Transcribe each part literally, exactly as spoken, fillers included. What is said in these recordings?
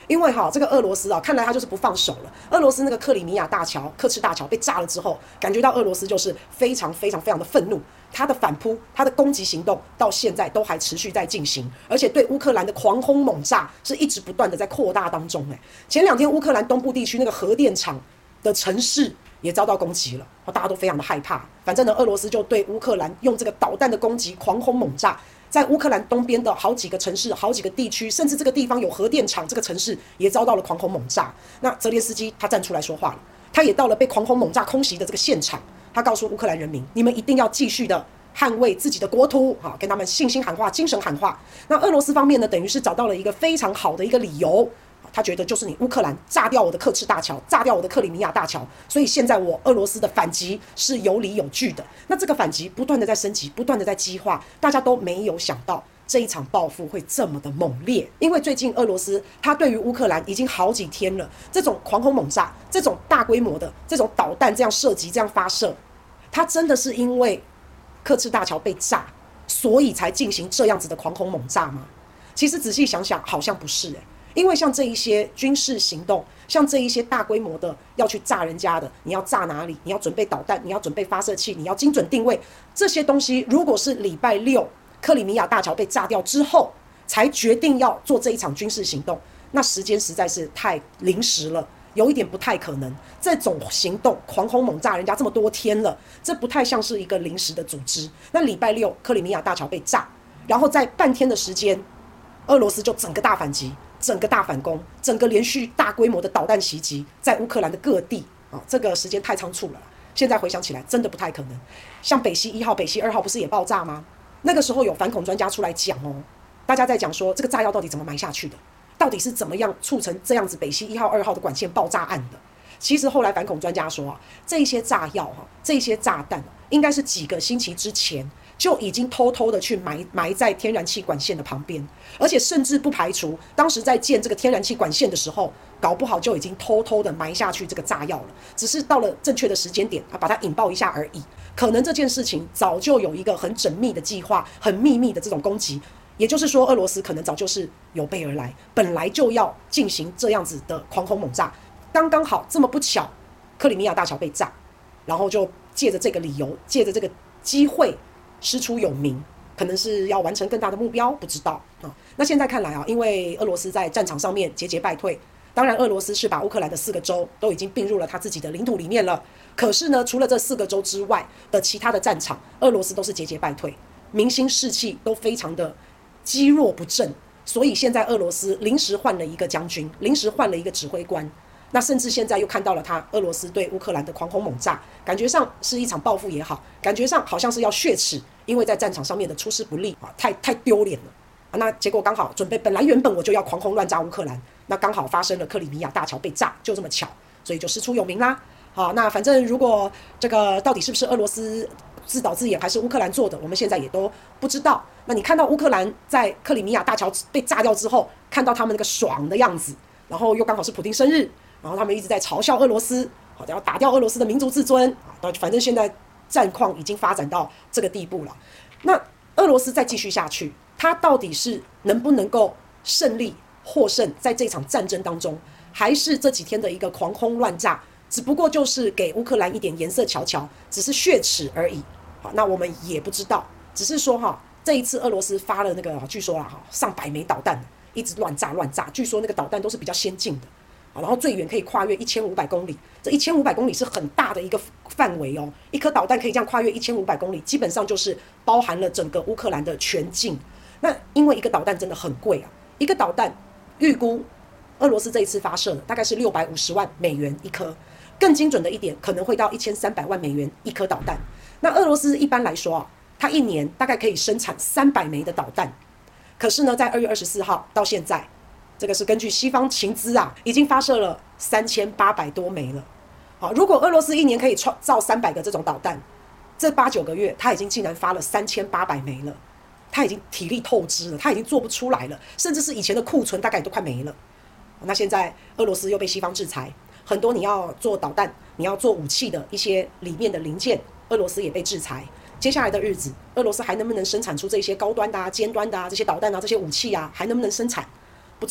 因为哈，这个俄罗斯啊，看来他就是不放手了。俄罗斯那个克里米亚大桥、刻赤大桥被炸了之后，感觉到俄罗斯就是非常非常非常的愤怒，他的反扑、他的攻击行动到现在都还持续在进行，而且对乌克兰的狂轰猛炸是一直不断的在扩大当中。哎，前两天乌克兰东部地区那个核电厂的城市也遭到攻击了，大家都非常的害怕。反正呢，俄罗斯就对乌克兰用这个导弹的攻击狂轰猛炸。在乌克兰东边的好几个城市、好几个地区，甚至这个地方有核电厂，这个城市也遭到了狂轰猛炸。那泽连斯基他站出来说话了，他也到了被狂轰猛炸空袭的这个现场，他告诉乌克兰人民：你们一定要继续的捍卫自己的国土，哈，跟他们信心喊话、精神喊话。那俄罗斯方面呢，等于是找到了一个非常好的一个理由。他觉得就是你乌克兰炸掉我的刻赤大桥，炸掉我的克里米亚大桥，所以现在我俄罗斯的反击是有理有据的。那这个反击不断的在升级，不断的在激化，大家都没有想到这一场报复会这么的猛烈。因为最近俄罗斯他对于乌克兰已经好几天了，这种狂轰猛炸，这种大规模的这种导弹这样射击、这样发射，他真的是因为刻赤大桥被炸，所以才进行这样子的狂轰猛炸吗？其实仔细想想，好像不是欸。因为像这一些军事行动，像这一些大规模的要去炸人家的，你要炸哪里？你要准备导弹，你要准备发射器，你要精准定位，这些东西如果是礼拜六克里米亚大桥被炸掉之后才决定要做这一场军事行动，那时间实在是太临时了，有一点不太可能。这种行动狂轰猛炸人家这么多天了，这不太像是一个临时的组织。那礼拜六克里米亚大桥被炸，然后在半天的时间，俄罗斯就整个大反击。整个大反攻，整个连续大规模的导弹袭击，在乌克兰的各地啊，这个时间太仓促了。现在回想起来，真的不太可能。像北溪一号、北溪二号不是也爆炸吗？那个时候有反恐专家出来讲哦，大家在讲说这个炸药到底怎么埋下去的，到底是怎么样促成这样子北溪一号、二号的管线爆炸案的。其实后来反恐专家说啊，这些炸药哈，这些炸弹应该是几个星期之前就已经偷偷的去埋埋在天然气管线的旁边，而且甚至不排除当时在建这个天然气管线的时候，搞不好就已经偷偷的埋下去这个炸药了，只是到了正确的时间点啊，把它引爆一下而已。可能这件事情早就有一个很缜密的计划，很秘密的这种攻击。也就是说，俄罗斯可能早就是有备而来，本来就要进行这样子的狂轰猛炸。刚刚好这么不巧，克里米亚大桥被炸，然后就借着这个理由，借着这个机会师出有名，可能是要完成更大的目标，不知道啊。那现在看来啊，因为俄罗斯在战场上面节节败退，当然俄罗斯是把乌克兰的四个州都已经并入了他自己的领土里面了。可是呢，除了这四个州之外的其他的战场，俄罗斯都是节节败退，民心士气都非常的积弱不振。所以现在俄罗斯临时换了一个将军，临时换了一个指挥官。那甚至现在又看到了他俄罗斯对乌克兰的狂轰猛炸，感觉上是一场报复也好，感觉上好像是要雪耻，因为在战场上面的出师不利啊，太太丢脸了啊。那结果刚好准备，本来原本我就要狂轰乱炸乌克兰，那刚好发生了克里米亚大桥被炸，就这么巧，所以就师出有名啦。好，那反正如果这个到底是不是俄罗斯自导自演还是乌克兰做的，我们现在也都不知道。那你看到乌克兰在克里米亚大桥被炸掉之后，看到他们那个爽的样子，然后又刚好是普丁生日。然后他们一直在嘲笑俄罗斯，好，要打掉俄罗斯的民族自尊啊！反正现在战况已经发展到这个地步了。那俄罗斯再继续下去，他到底是能不能够胜利获胜在这场战争当中，还是这几天的一个狂轰乱炸，只不过就是给乌克兰一点颜色瞧瞧，只是血耻而已。好，那我们也不知道，只是说哈，这一次俄罗斯发了那个，据说啦，上百枚导弹，一直乱炸乱炸，据说那个导弹都是比较先进的。然后最远可以跨越一千五百公里，这一千五百公里是很大的一个范围哦。一颗导弹可以这样跨越一千五百公里，基本上就是包含了整个乌克兰的全境。那因为一个导弹真的很贵啊，一个导弹预估俄罗斯这一次发射的大概是六百五十万美元一颗，更精准的一点可能会到一千三百万美元一颗导弹。那俄罗斯一般来说啊，它一年大概可以生产三百枚的导弹，可是呢，在二月二十四号到现在。这个是根据西方情资啊，已经发射了三千八百多枚了。好，如果俄罗斯一年可以创造三百个这种导弹，这八九个月他已经竟然发了三千八百枚了，他已经体力透支了，他已经做不出来了，甚至是以前的库存大概也都快没了。那现在俄罗斯又被西方制裁，很多你要做导弹、你要做武器的一些里面的零件，俄罗斯也被制裁。接下来的日子，俄罗斯还能不能生产出这些高端的啊、尖端的啊这些导弹啊、这些武器啊，还能不能生产？不知道，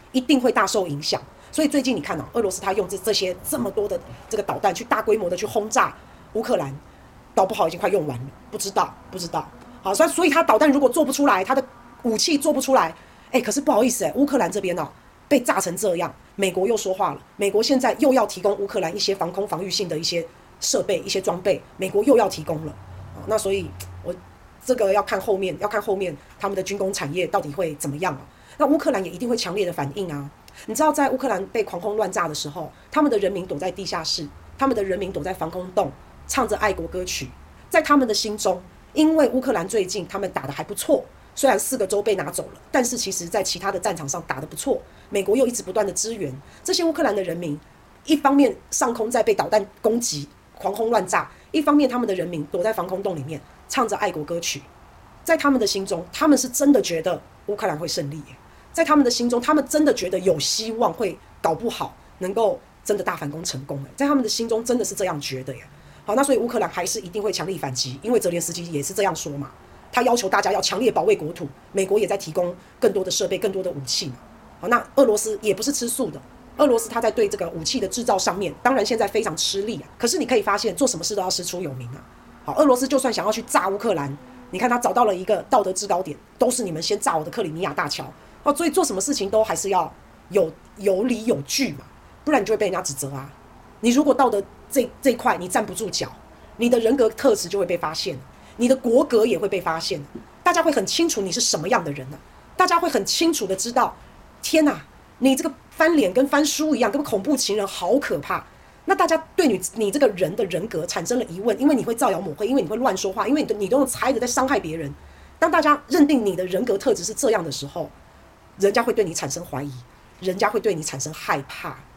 一定会大受影响。所以最近你看哦，俄罗斯他用这这些这么多的这个导弹去大规模的去轰炸乌克兰，搞不好已经快用完了，不知道不知道。好，所以所以他导弹如果做不出来，他的武器做不出来，哎，可是不好意思哎，乌克兰这边哦被炸成这样，美国又说话了，美国现在又要提供乌克兰一些防空防御性的一些设备、一些装备，美国又要提供了。那所以我这个要看后面，要看后面他们的军工产业到底会怎么样啊？那乌克兰也一定会强烈的反应啊！你知道，在乌克兰被狂轰乱炸的时候，他们的人民躲在地下室，他们的人民躲在防空洞，唱着爱国歌曲，在他们的心中，因为乌克兰最近他们打得还不错。虽然四个州被拿走了，但是其实在其他的战场上打得不错，美国又一直不断的支援这些乌克兰的人民。一方面上空在被导弹攻击、狂轰乱炸，一方面他们的人民躲在防空洞里面唱着爱国歌曲。在他们的心中，他们是真的觉得乌克兰会胜利耶。在他们的心中，他们真的觉得有希望会搞不好能够真的大反攻成功耶。在他们的心中真的是这样觉得耶。好，那所以乌克兰还是一定会强力反击，因为泽连斯基也是这样说嘛。他要求大家要强烈保卫国土，美国也在提供更多的设备、更多的武器嘛。好，那俄罗斯也不是吃素的，俄罗斯他在对这个武器的制造上面，当然现在非常吃力啊。可是你可以发现，做什么事都要师出有名啊。好，俄罗斯就算想要去炸乌克兰，你看他找到了一个道德制高点，都是你们先炸我的克里米亚大桥。哦，所以做什么事情都还是要有有理有据嘛，不然你就会被人家指责啊。你如果道德这这一块你站不住脚，你的人格特质就会被发现。你的国格也会被发现，大家会很清楚你是什么样的人呢、啊？大家会很清楚的知道，天哪，你这个翻脸跟翻书一样，跟恐怖情人好可怕。那大家对你你这个人的人格产生了疑问，因为你会造谣抹黑，因为你会乱说话，因为你你都用猜的在伤害别人。当大家认定你的人格特质是这样的时候，人家会对你产生怀疑，人家会对你产生害怕。